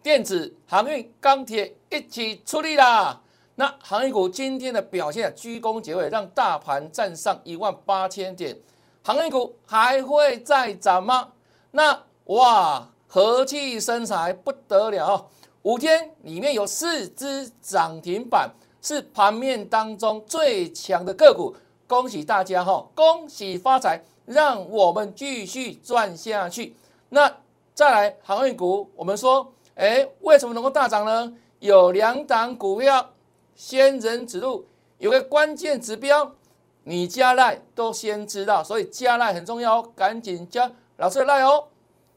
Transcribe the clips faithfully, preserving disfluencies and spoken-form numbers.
电子、航运、钢铁一起出力啦。那航运股今天的表现居功厥伟，让大盘站上一万八千点。航运股还会再涨吗？那哇，和气生财不得了，五天里面有四只涨停板，是盘面当中最强的个股。恭喜大家哈，恭喜发财，让我们继续赚下去。那再来航运股，我们说，哎，为什么能够大涨呢？有两档股票。仙人指路有个关键指标，你加赖都先知道，所以加赖很重要哦，赶紧加老师的赖哦。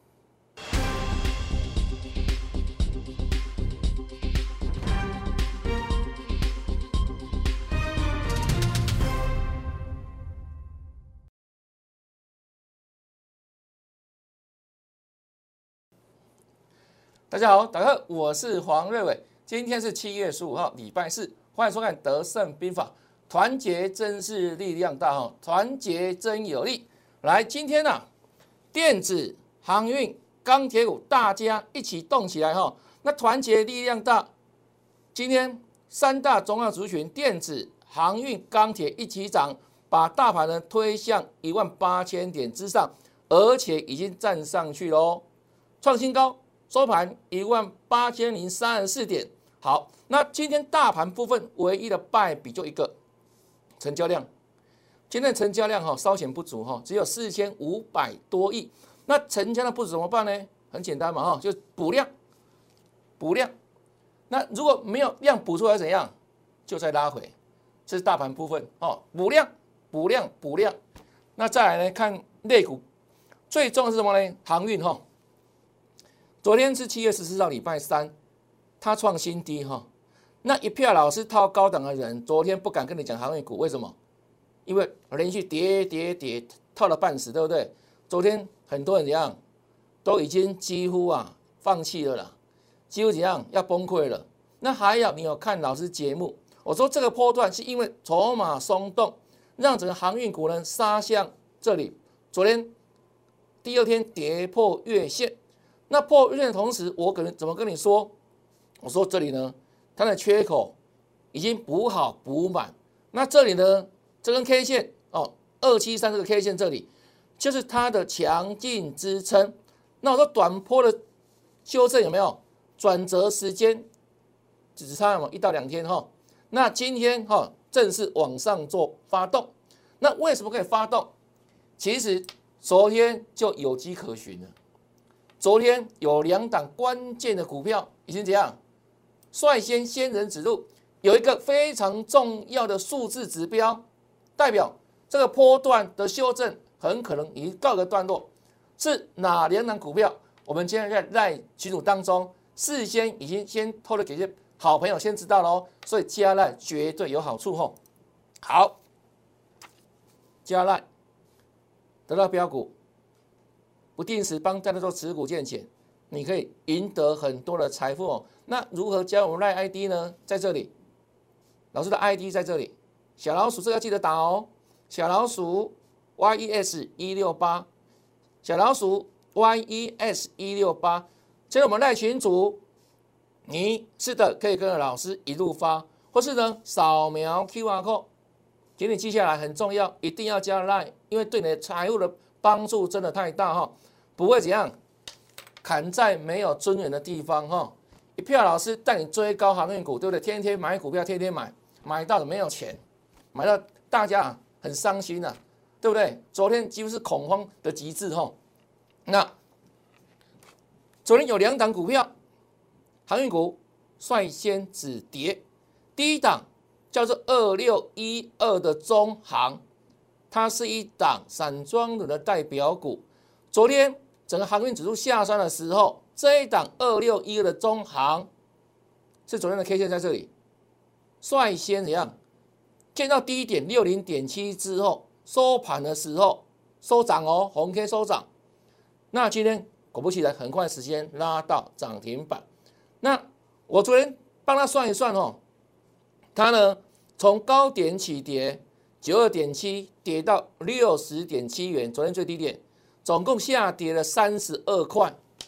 大家好，大家好，我是黄瑞伟。今天是七月十五号，礼拜四，欢迎收看《德胜兵法》，团结真是力量大哈，团结真有力。来，今天啊，电子、航运、钢铁股，大家一起动起来哈。那团结力量大，今天三大重要族群，电子、航运、钢铁一起涨，把大盘呢推向一万八千点之上，而且已经站上去喽，创新高。收盘一万八千零三十四点。好，那今天大盘部分唯一的败笔就一个，成交量。今天的成交量哈稍显不足哈，只有四千五百多亿。那成交量不足怎么办呢？很简单嘛哈，就补量，补量。那如果没有量补出来怎样？就再拉回。这是大盘部分哦，补量，补量，补量。那再来呢，看类股，最重要是什么呢？航运哈。昨天是七月十四号，礼拜三，它创新低哈。那一票老师套高档的人，昨天不敢跟你讲航运股，为什么？因为连续跌跌跌，套了半死，对不对？昨天很多人怎样，都已经几乎啊放弃了啦，几乎怎样要崩溃了。那还好你有看老师节目，我说这个波段是因为筹码松动，让整个航运股呢杀向这里。昨天第二天跌破月线。那破月线的同时，我可能怎么跟你说？我说这里呢，它的缺口已经补好补满。那这里呢，这根 K 线哦，二七三这个 K 线这里就是它的强劲支撑。那我说短波的修正有没有转折时间？只差什么一到两天哈。那今天哈正式往上做发动。那为什么可以发动？其实昨天就有迹可循了。昨天有两档关键的股票已经怎样率先仙人指路，有一个非常重要的数字指标，代表这个波段的修正很可能已经告一个段落。是哪两档股票？我们今天在在群组当中事先已经先透露给些好朋友先知道了哦，所以加赖绝对有好处吼。好，加赖得到标股。不定时帮大家做持股健检，你可以赢得很多的财富哦。那如何加我们 LINE I D 呢？在这里，老师的 I D 在这里，小老鼠这个要记得打哦。小老鼠 Y E S 一六八，小老鼠 Y E S 一六八，加入我们 LINE 群组，你是的可以跟着老师一路发，或是呢扫描 Q R code， 请你记下来很重要，一定要加 LINE， 因为对你的财务的帮助真的太大哈。不会怎样，砍在没有尊严的地方哈！一票老师带你追高航运股，对不对？天天买股票，天天买，买到了没有钱，买到大家啊很伤心啊，对不对？昨天几乎是恐慌的极致哈。那昨天有两档股票，航运股率先止跌，第一档叫做二六一二的中航，它是一档散装轮的代表股，昨天。整个航运指数下山的时候，这一档二六一二的中航是昨天的 K 线在这里，率先怎样见到低点六零点七之后，收盘的时候收涨哦，红 K 收涨。那今天果不其然，很快时间拉到涨停板。那我昨天帮他算一算哦，它呢从高点起跌九十二点七跌到六十点七元，昨天最低点。总共下跌了三十二块，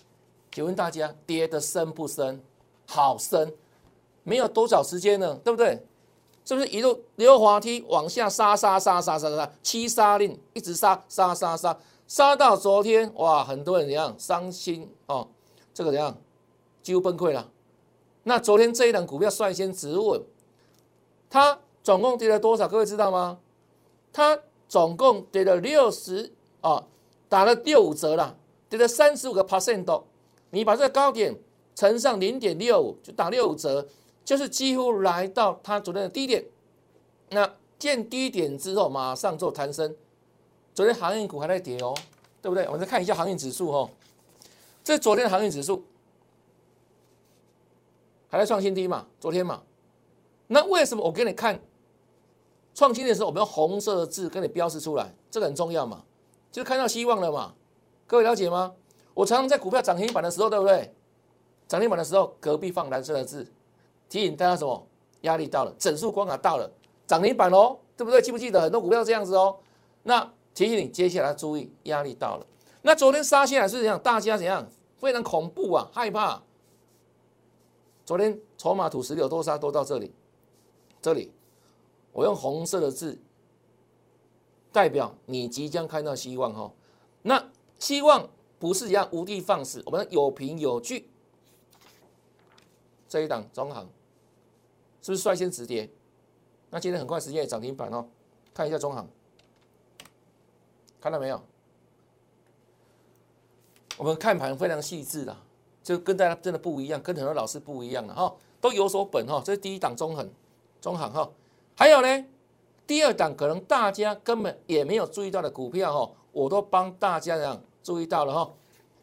请问大家跌得深不深？好深，没有多少时间了，对不对？是不是一路溜滑梯往下杀杀杀杀杀杀，七杀令一直杀杀杀杀杀到昨天，哇，很多人怎样伤心哦，这个怎样几乎崩溃了。那昨天这一档股票率先止稳，它总共跌了多少？各位知道吗？它总共跌了六十啊，打了六五折了，跌了三十五个 percent 都。你把这个高点乘上零点六五，就打六五折，就是几乎来到它昨天的低点。那见低点之后，马上做弹升。昨天航运股还在跌哦，对不对？我们再看一下航运指数哦，这是昨天的航运指数还在创新低嘛？昨天嘛，那为什么我给你看创新的时候，我们用红色的字跟你标示出来？这个很重要嘛，就是看到希望了嘛。各位了解吗？我常常在股票涨停板的时候，对不对？涨停板的时候，隔壁放蓝色的字，提醒大家什么？压力到了，整数关卡到了，涨停板哦，对不对？记不记得很多股票这样子哦？那提醒你接下来注意，压力到了。那昨天杀下来是怎样？大家怎样？非常恐怖啊，害怕。昨天筹码土石流多杀都到这里，这里我用红色的字代表你即将看到希望哈。那希望不是一样无的放矢，我们有凭有据。这一档中航是不是率先止跌？那今天很快时间也涨停板哦，看一下中航。看到没有？我们看盘非常细致的，就跟大家真的不一样，跟很多老师不一样了哈，都有所本哈。这是第一档中航，中航哈。还有呢，第二档可能大家根本也没有注意到的股票哈，我都帮大家这样注意到了哈。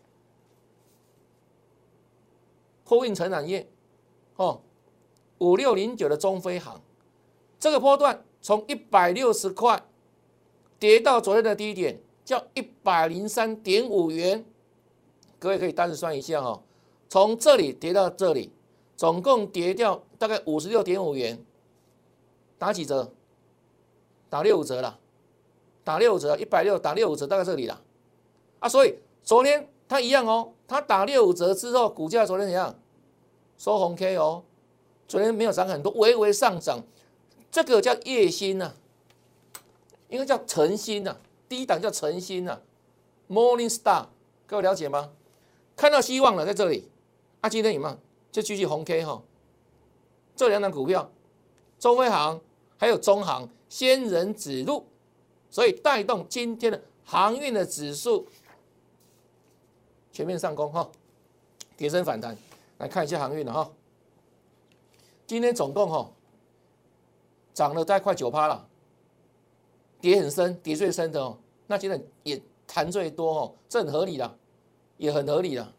货运承揽业哦，五六零九的中飞航，这个波段从一百六十块。跌到昨天的低点，叫一百零三点五元，各位可以单子算一下哈，从这里跌到这里，总共跌掉大概五十六点五元，打几折？打六五折了，打六五折，一百六打六五折，大概这里了啊。所以昨天它一样哦，它打六五折之后，股价昨天怎样？收红 K 哦，昨天没有涨很多，微微上涨，这个叫夜星啊。应该叫晨星呐、啊，第一档叫晨星呐、啊、，Morning Star， 各位了解吗？看到希望了，在这里。啊，今天有没有？就继续红 K 哈。这两档股票，中飞航还有中航，先人指路，所以带动今天的航运的指数全面上攻哈，跌升反弹。来看一下航运了哈，今天总共哈涨了大概快九趴了。跌很深，跌最深的哦，那今天也弹最多哦，这很合理的，也很合理的。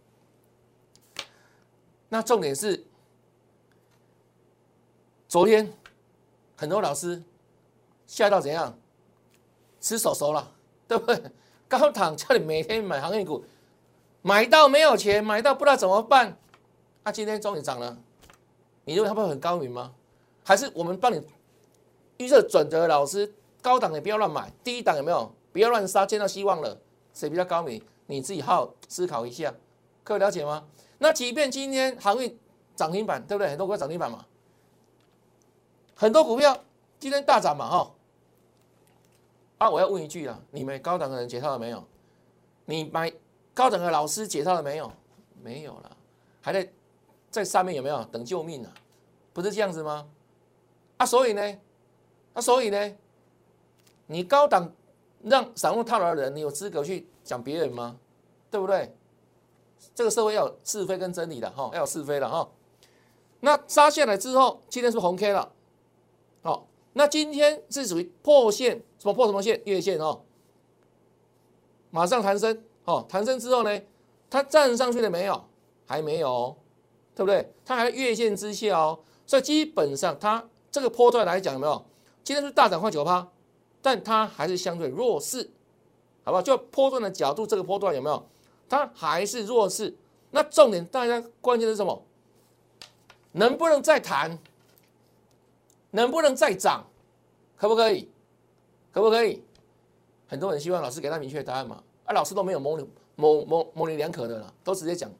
那重点是，昨天很多老师吓到怎样，吃手手了，对不对？高档叫你每天买航运股，买到没有钱，买到不知道怎么办。啊，今天终于涨了，你认为它会很高明吗？还是我们帮你预测准则的老师？高档也不要乱买，低档有没有？不要乱杀，见到希望了，谁比较高明？你自己好好思考一下，各位了解吗？那即便今天航运涨停板，对不对？很多股票涨停板嘛，很多股票今天大涨嘛，哈。啊，我要问一句啊，你们高档的人解套了没有？你买高档的老师解套了没有？没有了，还在在上面有没有等救命啊？不是这样子吗？啊，所以呢，啊，所以呢？你高档让散户套牢的人，你有资格去讲别人吗？对不对？这个社会要有是非跟真理的哈，要有是非的哈。那杀下来之后，今天是红 K 了，好，那今天是属于破线，什么破什么线？月线哦，马上弹升哦，弹升之后呢，它站上去了没有？还没有哦，对不对？它还在月线之下哦，所以基本上它这个波段来讲有没有？今天是大涨快九趴。但它还是相对弱势，好不好？就波段的角度，这个波段有没有？它还是弱势。那重点，大家关键是什么？能不能再弹？能不能再涨？可不可以？可不可以？很多人希望老师给他明确答案嘛？啊，老师都没有模模模模棱两可的了，都直接讲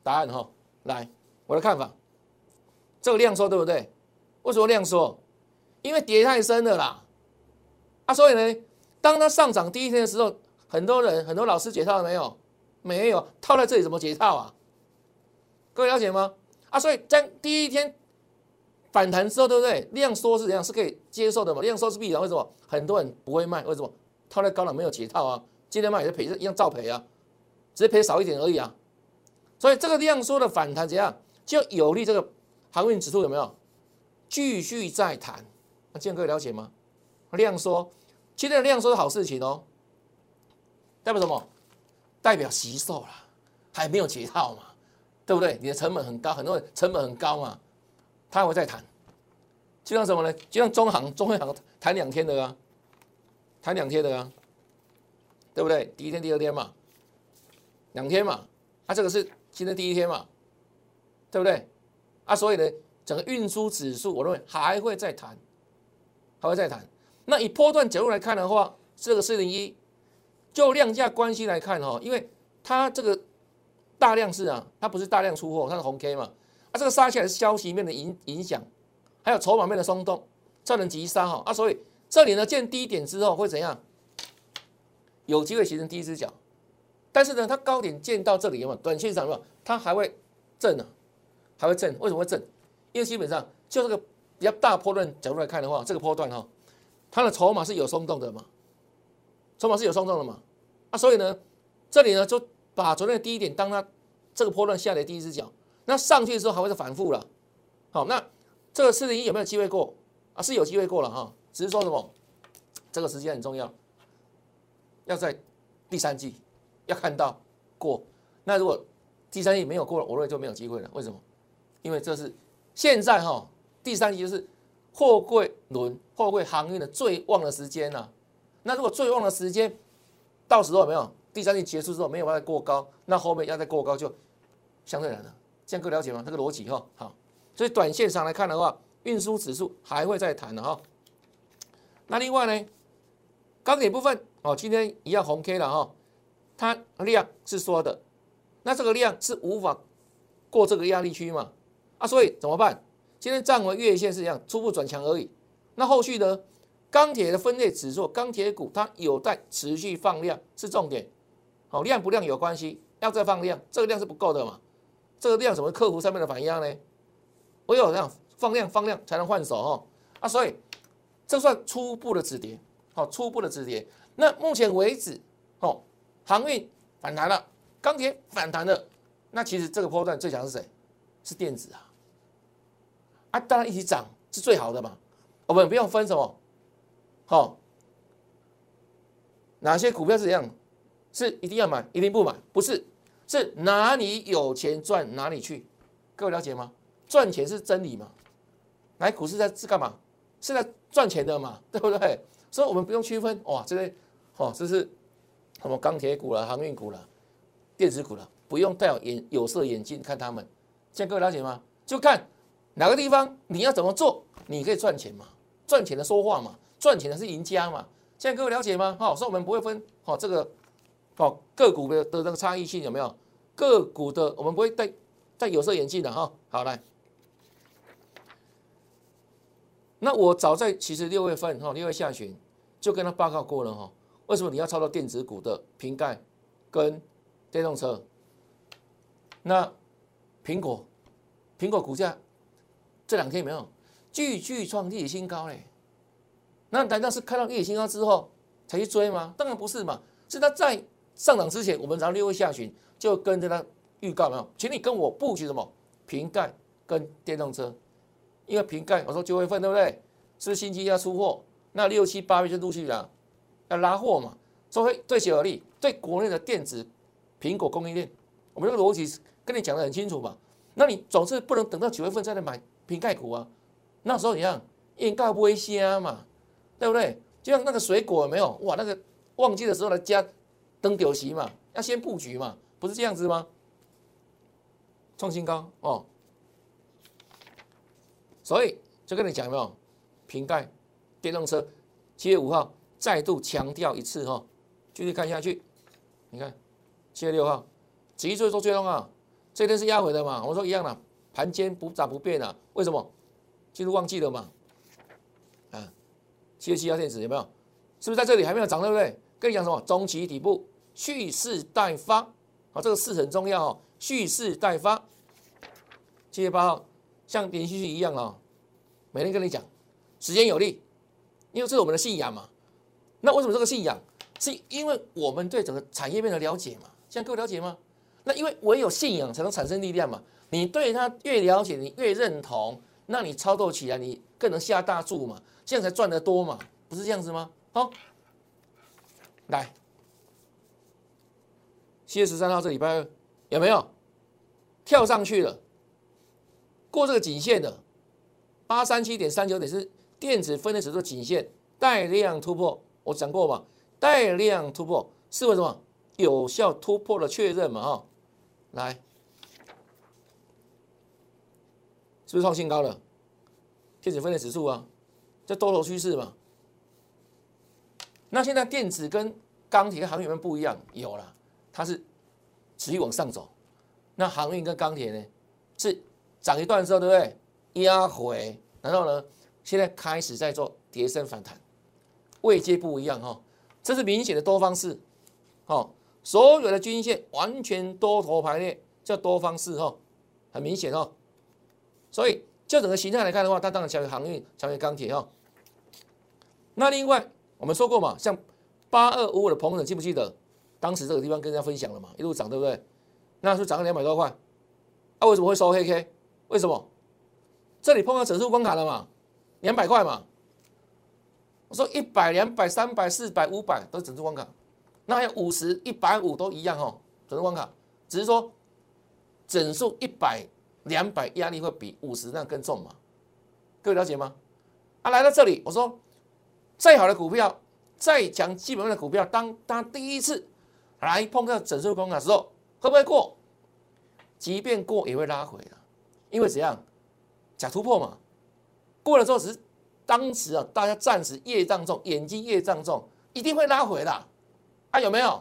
答案哈，来，我的看法，这个量缩对不对？为什么量缩？因为跌太深了啦，啊，所以呢，当它上涨第一天的时候，很多人很多老师解套了没有？没有，套在这里怎么解套啊？各位了解吗？啊，所以在第一天反弹之后，对不对？量缩是怎样？是可以接受的嘛？量缩是必然，为什么？很多人不会卖，为什么？套在高档没有解套啊，今天卖也是赔，一样照赔啊，只是赔少一点而已啊。所以这个量缩的反弹怎样，就有利这个航运指数有没有继续再弹？那这样各位了解吗？量缩，今天的量缩是好事情哦，代表什么？代表惜售啦，还没有解套嘛，对不对？你的成本很高，很多人成本很高嘛，它还会再弹。就像什么呢？就像中航、中汇航弹两天的啊，弹两天的啊，对不对？第一天、第二天嘛，两天嘛，啊，这个是今天第一天嘛，对不对？啊，所以呢，整个运输指数，我认为还会再弹，还会再弹。那以波段角度来看的话，这个四零一。就量价关系来看哈，因为它这个大量是啊，它不是大量出货，它是红 K 嘛，啊，这个杀下来是消息面的影影响，还有筹码面的松动，造成急杀哈，啊，所以这里呢见低点之后会怎样？有机会形成第一只脚，但是呢，它高点见到这里有没有？短线上有没有？它还会震啊，还会震，为什么会震？因为基本上就这个比较大波段角度来看的话，这个波段哈，它的筹码是有松动的嘛，筹码是有松动的嘛。啊，所以呢，这里呢就把昨天的低点当它这个波段下来的第一只脚，那上去的时候还会再反复了。好，那这个四零一有没有机会过啊？是有机会过了哈，只是说什么？这个时间很重要，要在第三季要看到过。那如果第三季没有过了，我认为就没有机会了。为什么？因为这是现在哈，第三季就是货柜轮、货柜航运的最旺的时间呐。那如果最旺的时间，到时候有没有第三季结束之后没有办法过高，那后面要再过高就相对难了。这样各位了解吗？这个逻辑哈，好，所以短线上来看的话，运输指数还会再弹的哈。那另外呢，钢铁部分哦，今天一样红 K 了哈，它量是缩的，那这个量是无法过这个压力区嘛，啊，所以怎么办？今天站回月线是一样初步转强而已，那后续呢？钢铁的分类指数，钢铁股它有待持续放量是重点，好，量不量有关系，要再放量，这个量是不够的嘛，这个量怎么克服上面的反压呢？唯有这样放量放量才能换手哦，啊，所以这算初步的止跌，好，初步的止跌。那目前为止，哦，航运反弹了，钢铁反弹了，那其实这个波段最强是谁？是电子啊，啊，当然一起涨是最好的嘛，我们不用分什么。好、哦，哪些股票是这样？是一定要买，一定不买？不是，是哪里有钱赚哪里去。各位了解吗？赚钱是真理嘛？来，股市在是干嘛？是在赚钱的嘛，对不对？所以我们不用区分哇，这些哦，这是什么钢铁股了、航运股了、电子股了，不用戴有眼有色眼镜看他们。这样各位了解吗？就看哪个地方你要怎么做，你可以赚钱嘛，赚钱的说话嘛。赚钱的是赢家嘛？现在各位了解吗？好，所以我们不会分好这个好个股的的这个差异性有没有？个股的我们不会戴戴有色眼镜的哈。好，来，那我早在其实六月份哈，六月下旬就跟他报告过了哈。为什么你要操作电子股的瓶盖跟电动车？那苹果苹果股价这两天有没有继续创历史新高嘞？那难道是看到历史新高之后才去追吗？当然不是嘛，是它在上涨之前，我们然后六月下旬就跟着它预告没有，请你跟我布局什么瓶盖跟电动车，因为瓶盖我说九月份对不对？是不是星期一要出货？那六七八月就陆续啦，要拉货嘛，所以对谁有利？对国内的电子苹果供应链，我们这个逻辑跟你讲得很清楚嘛。那你总是不能等到九月份再来买瓶盖股啊，那时候你看应该不会虾嘛。对不对？就像那个水果有没有？哇，那个旺季的时候来加登丢席嘛，要先布局嘛，不是这样子吗？创新高哦，所以就跟你讲有没有？瓶盖电动车七月五号再度强调一次哈、哦，继续看下去，你看七月六号，指数最做最重要， 这一天是压回的嘛？我说一样啦，盘间不涨不变啊。为什么？进入旺季了嘛？啊，七月七号电子有没有？是不是在这里还没有涨，对不对？跟你讲什么？中期底部蓄势待发，好，这个势很重要哦，蓄势待发。七月八号像连续剧一样哦，每天跟你讲，时间有利，因为这是我们的信仰嘛。那为什么这个信仰？是因为我们对整个产业面的了解嘛。现在各位了解吗？那因为唯有信仰才能产生力量嘛。你对它越了解，你越认同，那你操作起来你更能下大注嘛，这样才赚得多嘛，不是这样子吗？好，来，七月十三号这礼拜二有没有跳上去了？过这个颈线的八三七点三九点是电子分类指数颈线带量突破，我讲过嘛，带量突破是为什么？有效突破的确认嘛，哈，来，是不是创新高了？电子分类指数啊，这多头趋势嘛。那现在电子跟钢铁跟航运有没有不一样？有啦，它是持续往上走。那航运跟钢铁呢，是涨一段之后，对不对？压回，然后呢，现在开始在做跌升反弹，位阶不一样哈、哦，这是明显的多方式，哦，所有的均线完全多头排列，叫多方式哈、哦，很明显哦。所以就整个形态来看的话，它当然强于航运，强于钢铁哈、哦。那另外我们说过嘛，像八二五五的鹏程，记不记得？当时这个地方跟大家分享了嘛，一路涨，对不对？那是涨了两百多块，啊，为什么会收黑 K？ 为什么？这里碰到整数关卡了嘛，两百块嘛。我说一百、两百、三百、四百、五百都是整数关卡，那还有五十、一百五都一样哦，整数关卡，只是说整数一百、两百压力会比五十那更重嘛，各位了解吗？啊，来到这里，我说再好的股票，再强基本面的股票，当它第一次来碰到整数关卡的时候，会不会过？即便过也会拉回的，因为怎样？假突破嘛，过了之后只是当时啊，大家暂时业障重，眼睛业障重，一定会拉回的啊，有没有？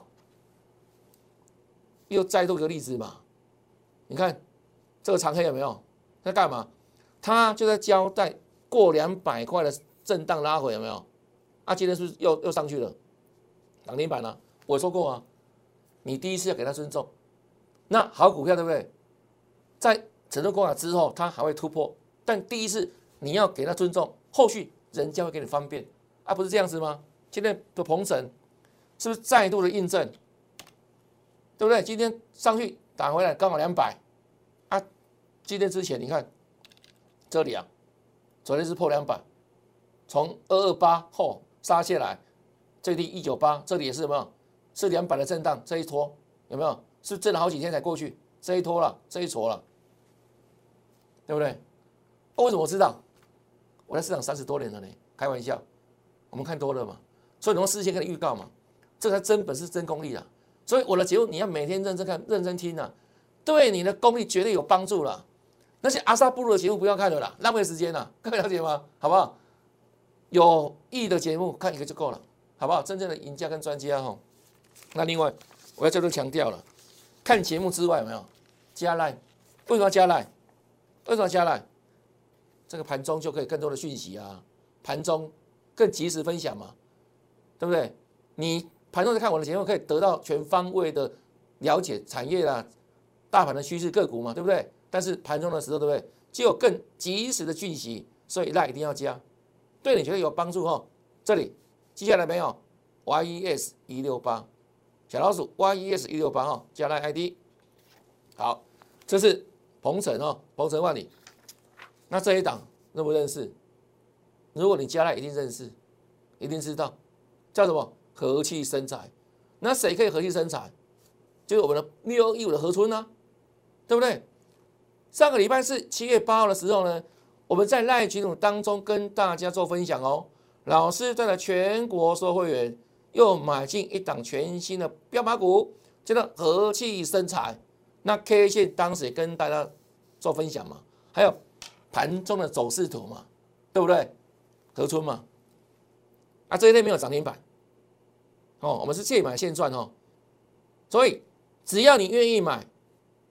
又再多一个例子嘛，你看这个长黑有没有？在干嘛？他就在交代过两百块的震荡拉回有没有？啊，今天是不是又又上去了？涨停板了、啊，我说过啊，你第一次要给他尊重。那好股票对不对？在整数关卡之后，它还会突破，但第一次你要给他尊重，后续人家会给你方便啊，不是这样子吗？今天的鹏程是不是再度的印证？对不对？今天上去打回来刚好两百啊，今天之前你看这里啊，昨天是破两百，从二二八后杀下来，最低一九八，这里也是有没有？是两百的震荡，这一拖有没有？是震了好几天才过去，这一拖了，这一撮了，对不对？哦，为什么我知道？我在市场三十多年了呢，开玩笑，我们看多了嘛，所以能够事先跟你预告嘛，这才真本事、真功力啊！所以我的节目你要每天认真看、认真听啊，对你的功力绝对有帮助了。那些阿萨布鲁的节目不要看了啦，浪费时间了，各位了解吗？好不好？有意义的节目看一个就够了，好不好？真正的赢家跟专家哈。那另外我要再度强调了。看节目之外有没有加 line？ 为什么要加 line？ 为什么要加 line？ 这个盘中就可以更多的讯息啊，盘中更及时分享嘛，对不对？你盘中在看我的节目，可以得到全方位的了解产业啦、大盘的趋势、个股嘛，对不对？但是盘中的时候，对不对？就有更及时的讯息，所以 line 一定要加，对你绝对有帮助哦。这里记下来没有 ？Y E S 一六八。小老鼠 Y E S 一六八哈，加来 I D， 好，这是鹏程哦，鹏程万里。那这一档认不认识？如果你加来一定认识，一定知道，叫什么？和气生财。那谁可以和气生财？就是我们的六二一五的和春啊，对不对？上个礼拜四七月八号的时候呢，我们在赖群组当中跟大家做分享哦，老师带了全国所有会员。又买进一档全新的标码股，叫做和气生财。那 K 线当时也跟大家做分享嘛，还有盘中的走势图嘛，对不对？和春嘛，啊这一类没有涨停板，哦，我们是现买现赚哦。所以只要你愿意买，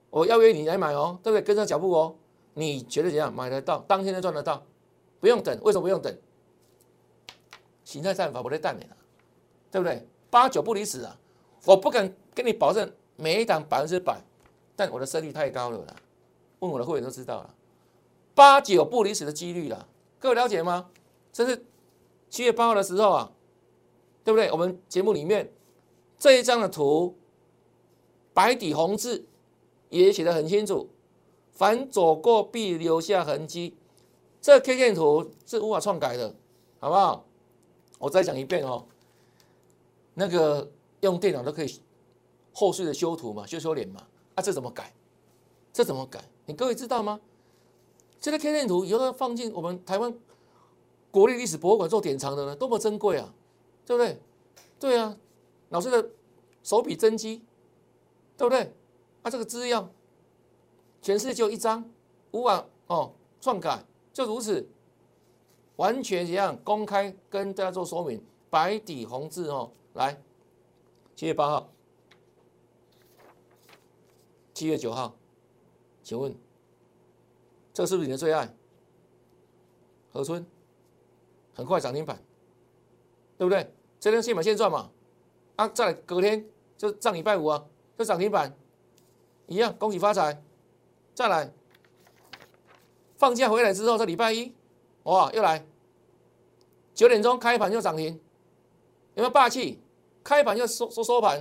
我邀约你来买哦，对不对？跟上脚步哦，你觉得怎样？买得到，当天就赚得到，不用等。为什么不用等？形态战法不在蛋脸啊，对不对？八九不离十啊，我不敢跟你保证每一档百分之百，但我的胜率太高了啦。问我的会员都知道了，八九不离十的几率啦，各位了解吗？这是七月八号的时候啊，对不对？我们节目里面这一张的图，白底红字也写得很清楚，凡走过必留下痕迹。这 K 线图是无法篡改的，好不好？我再讲一遍哦，那个用电脑都可以后续的修图嘛，修修脸嘛，啊，这怎么改？这怎么改？你各位知道吗？这个 K 线图以后要放进我们台湾国立历史博物馆做典藏的呢，多么珍贵啊，对不对？对啊，老师的手笔真迹，对不对？啊，这个资料全世界就一张，无法哦篡改，就如此，完全一样公开跟大家做说明，白底红字哦，来，七月八号，七月九号，请问这是不是你的最爱？和春很快涨停板，对不对？这天现买现赚嘛，啊，再来隔天就上礼拜五啊，就涨停板，一样，恭喜发财。再来，放假回来之后，这礼拜一，哇，又来，九点钟开盘就涨停，有没有霸气？开盘就收收收盘，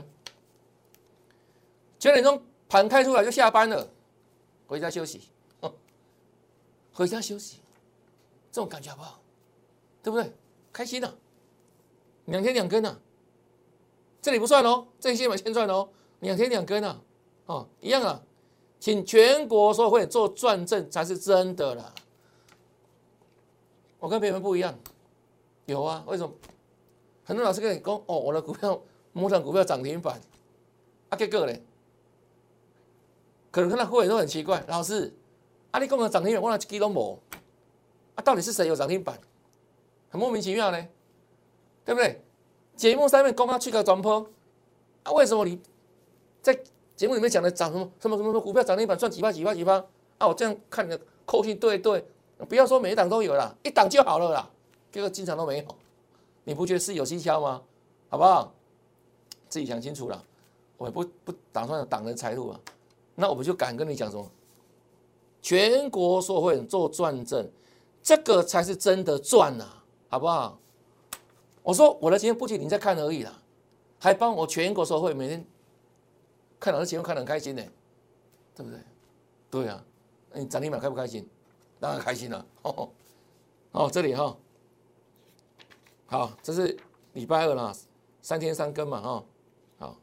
九点钟盘开出来就下班了，回家休息，哦、回家休息，这种感觉好不好？对不对？开心啊，两天两根啊，这里不算哦，这里先买先赚哦，两天两根啊，哦，一样啊。请全国所有会员做转正才是真的啦。我跟别人不一样，有啊，为什么？很多老师跟你讲，哦，我的股票，某档股票涨停板，啊，结果呢？可能看到会员都很奇怪，老师，啊，你讲的涨停板，我那一支都没，啊，到底是谁有涨停板？很莫名其妙呢，对不对？节目上面公开去个转播，啊，为什么你在节目里面讲的涨什么什么什么股票涨停板赚几趴几趴几趴啊？我这样看你的扣讯对对，不要说每一档都有啦，一档就好了啦，这个经常都没有，你不觉得是有蹊跷吗？好不好？自己想清楚了，我也不不打算挡人财路啊，那我们就敢跟你讲什么？全国所有会员做转正，这个才是真的赚啊，好不好？我说我的节目不仅你在看而已啦，还帮我全国所有会员每天。看老师节目看得很开心呢，对不对？对啊，你涨停板开不开心？当然开心了。哦，哦这里哈、哦，好，这是礼拜二啦，三天三根嘛，哈、哦，好，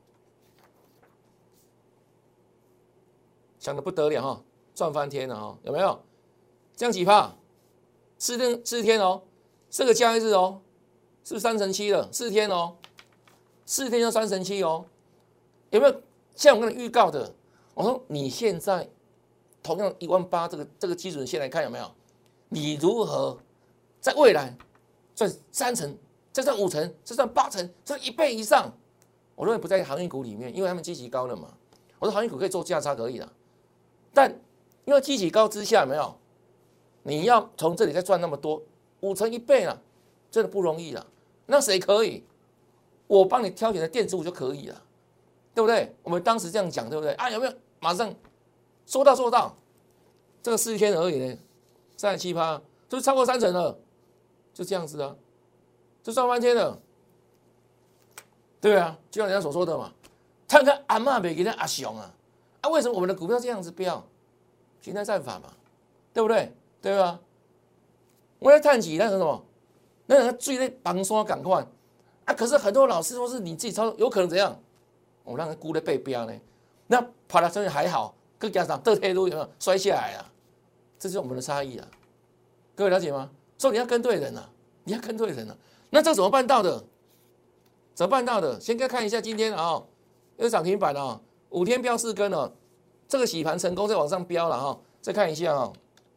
想得不得了哈、哦，赚翻天了哈、哦，有没有？这样几趴？四天四天哦，这个交易日哦，是不是三成七了？四天哦，四天就三成七哦，有没有？像我跟你预告的，我说你现在同样一万八这个这个基准线来看有没有？你如何在未来赚三成，再赚五成，再赚八成，赚一倍以上？我认为不在航运股里面，因为他们基期高了嘛。我说航运股可以做价差可以的，但因为基期高之下有没有？你要从这里再赚那么多，五成一倍了，真的不容易了。那谁可以？我帮你挑选的电子股就可以了。对不对？我们当时这样讲，对不对？啊，有没有马上说到做到？这个四天而已呢，三十七趴，就是超过三成了，就这样子啊，就赚翻天了，对啊，就像人家所说的嘛，看看阿嬷没给人阿雄啊，啊，为什么我们的股票这样子飙？形态战法嘛，对不对？对吧？我在探起那个什么，那个最在绑刷赶快啊，可是很多老师说是你自己操作，有可能怎样？我让人估的被标呢，那跑到上面还好，更加上倒退路有没有摔下来啊？这就是我们的差异啊！各位了解吗？所以你要跟对人啊，你要跟对人啊。那这怎么办到的？怎么办到的？先看一下今天啊、哦，又涨停板啊、哦，五天飙四根了、哦，这个洗盘成功，再往上飙了哈、哦。再看一下啊、哦，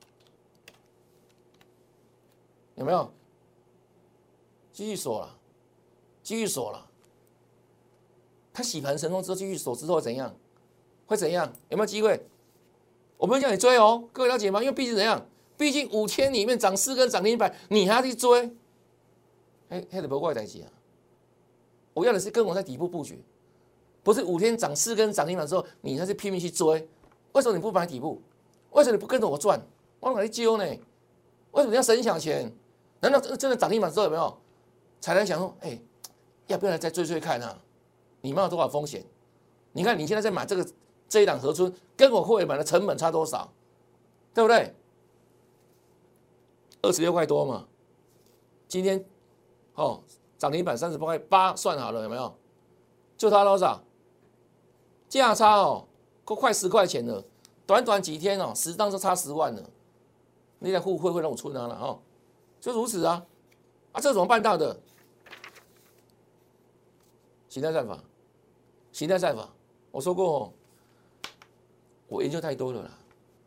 有没有？继续锁了，继续锁了。它洗盘成功之后继续锁之后怎样？会怎样？有没有机会我没有叫你追哦，各位了解吗？因为毕竟怎样，毕竟五天里面涨四根涨停板，你还要去追，哎，黑的不怪代志啊！我要的是跟我在底部布局，不是五天涨四根涨停板之后，你才是拼命去追。为什么你不买底部？为什么你不跟着我赚？我哪里揪呢？为什么你要省小钱？难道真的涨停板之后有没有才来想说，哎，要不要来再追追看啊？你冒了多少风险？你看你现在在买这个这一档合春，跟我会买的成本差多少？对不对？二十六块多嘛，今天哦涨停板三十八块八算好了有没有？就差多少？价差哦，都快十块钱了，短短几天哦，十张就差十万了。你在互惠会让我出拿了哦，就如此啊，啊这怎么办到的？形态战法，形态战法，我说过哦，我研究太多了啦，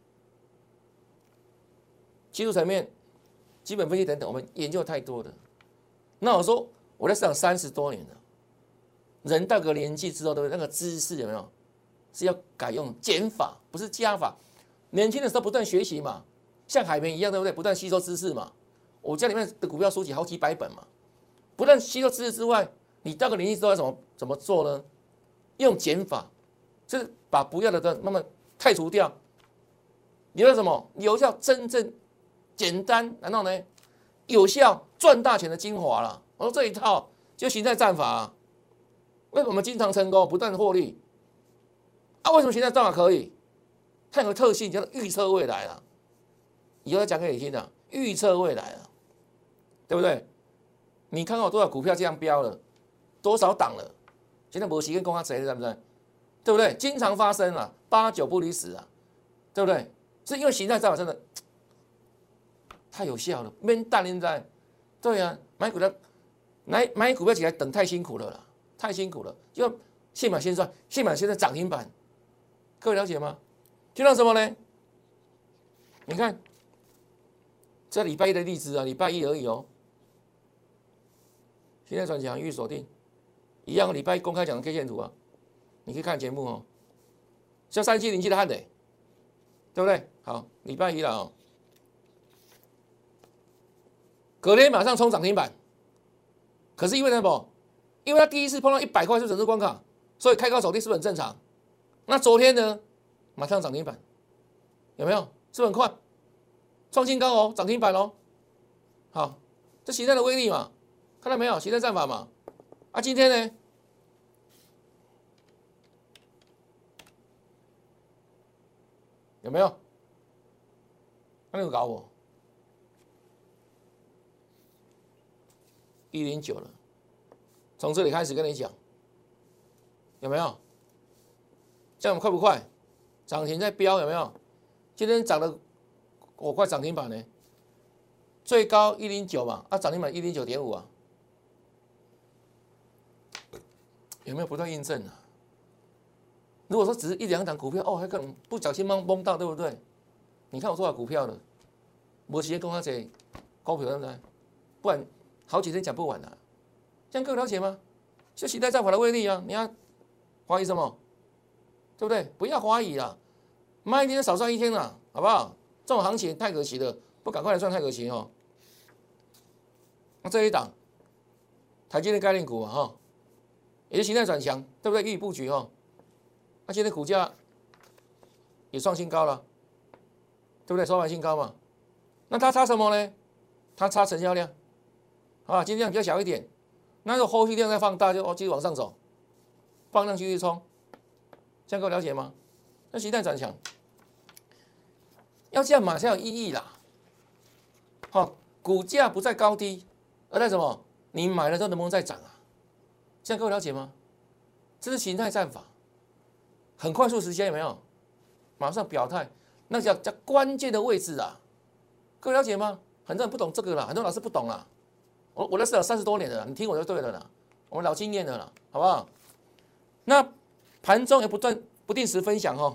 技术层面、基本分析等等，我们研究太多了。那我说我在市场三十多年了，人到个年纪之后，对不对？那个知识有没有是要改用减法，不是加法？年轻的时候不断学习嘛，像海绵一样，对不对？不断吸收知识嘛。我家里面的股票书籍好几百本嘛，不但吸收知识之外，你到个年纪之后要怎么怎么做呢？用减法，就是把不要的都慢慢汰除掉。留了什么？留下真正简单，然后呢有效赚大钱的精华了。我说这一套就形态战法啊，为什么我们经常成功，不断获利？啊，为什么形态战法可以？它有个特性叫做预测未来了。以后要讲给你听的，预测未来了，对不对？你看看有多少股票这样飙了，多少档了？现在没时间跟他谁，对不对？对不对？经常发生啊，八九不离十啊，对不对？是因为形态战法真的太有效了，免等现在。对啊，买股票买买股票起来等太辛苦了啦，太辛苦了，就现买现赚，现买现在涨停板，各位了解吗？听到什么呢？你看，这礼拜一的例子啊，礼拜一而已哦。现在转强预锁定，一样礼拜一公开讲的 K 线图啊，你可以看节目哦。像三七零七的汉磊，对不对？好，礼拜一了哦。隔天马上冲涨停板，可是因为什么？因为他第一次碰到一百块是整数关卡，所以开高走低是不是很正常？那昨天呢，马上涨停板，有没有？是不是很快？创新高哦，涨停板哦。好，这形态的威力嘛，看到没有？形态战法嘛。啊，今天呢？有没有？那你搞我一零九了，从这里开始跟你讲，有没有？这样快不快？涨停在飙有没有？今天涨了，我快涨停板呢，最高一零九嘛，啊涨停板一零九点五啊，有没有不断印证啊？如果说只是一两档股票，哦，还可能不小心蒙蒙到，对不对？你看我多少股票了，没时间跟他这股票对不对？不然好几天讲不完了。这样各位了解吗？就形态战法的威力啊！你要怀疑什么？对不对？不要怀疑啦，慢一天少赚一天啦，好不好？这种行情太可惜了，不赶快来赚太可惜哦。那这一档台积电概念股啊，哈，也是形态转强，对不对？予以布局哦。那现在股价也创新高了，对不对？收盘新高嘛。那它差什么呢？它差成交量，好吧？今天量比较小一点，那如果后续量再放大，就哦继续往上走，放量继续冲，这样各位了解吗？那形态转强，要这样买才有意义啦。好、哦，股价不在高低，而在什么？你买了之后能不能再涨啊？这样各位了解吗？这是形态战法。很快速时间有没有？马上表态，那叫叫关键的位置啊！各位了解吗？很多人不懂这个啦，很多老师不懂啦。我我在市场三十多年了，你听我就对了啦。我们老经验的啦，好不好？那盘中也不断不定时分享哦，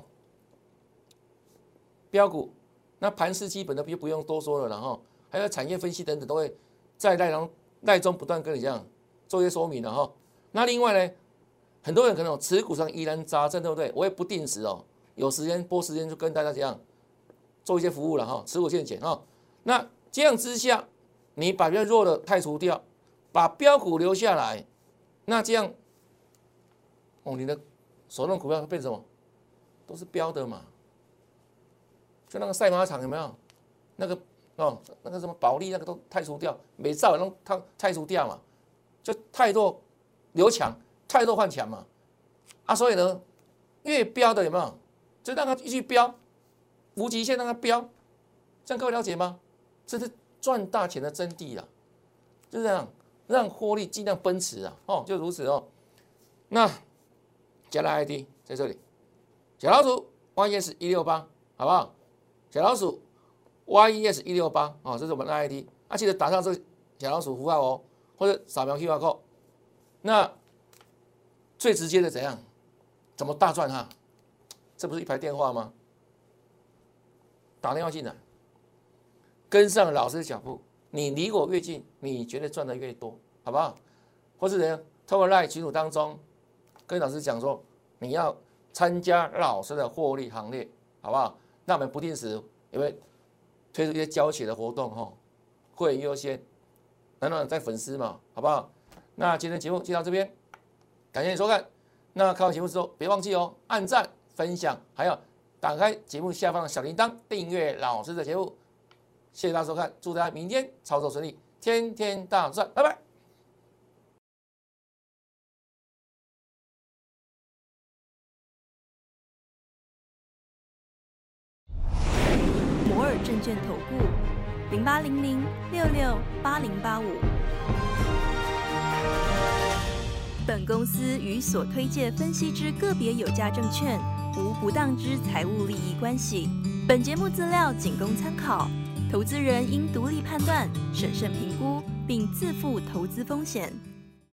标股，那盘势基本的就不用多说了啦哈，还有产业分析等等都会在赖中赖中不断跟你这样做一些说明的哈。那另外呢？很多人可能持股上疑难杂症，对不对？我也不定时哦， 有时间拨时间就跟大家这样做一些服务了哈，持股现减哈。那这样之下，你把比较弱的汰除掉，把标股留下来，那这样，哦，你的手中股票会变成什么？都是标的嘛。就那个赛马场有没有？那个哦，那个什么保利那个都汰除掉，每兆都汰汰除掉嘛，就太多留强，太多换强嘛。啊，所以呢，越标的有没有？就让它继续标，无极限让它标，这样各位了解吗？这是赚大钱的真谛啦，就这样让获利尽量奔驰啊，哦，就如此哦。那加拉 I D 在这里，小老鼠 Y E S 一六八，好不好？小老鼠 Y E S 一六八哦，这是我们的 I D， 啊，记得打上这个小老鼠符号哦，或者扫描 Q R code。那最直接的怎样？怎么大赚哈？这不是一排电话吗？打电话进来，跟上老师的脚步，你离我越近，你绝对赚的越多，好不好？或是怎样？透过 LINE 群组当中，跟老师讲说，你要参加老师的获利行列，好不好？那我们不定时也会推出一些交钱的活动哈，会员优先，等等在粉丝嘛，好不好？那今天节目就到这边，感谢你收看。那看完节目之后，别忘记哦，按赞、分享，还有打开节目下方的小铃铛，订阅老师的节目。谢谢大家收看，祝大家明天操作顺利，天天大赚，拜拜。 摩尔证券投顾零八零零六六八零八五。本公司与所推介分析之个别有价证券无不当之财务利益关系。本节目资料仅供参考，投资人应独立判断、审慎评估，并自负投资风险。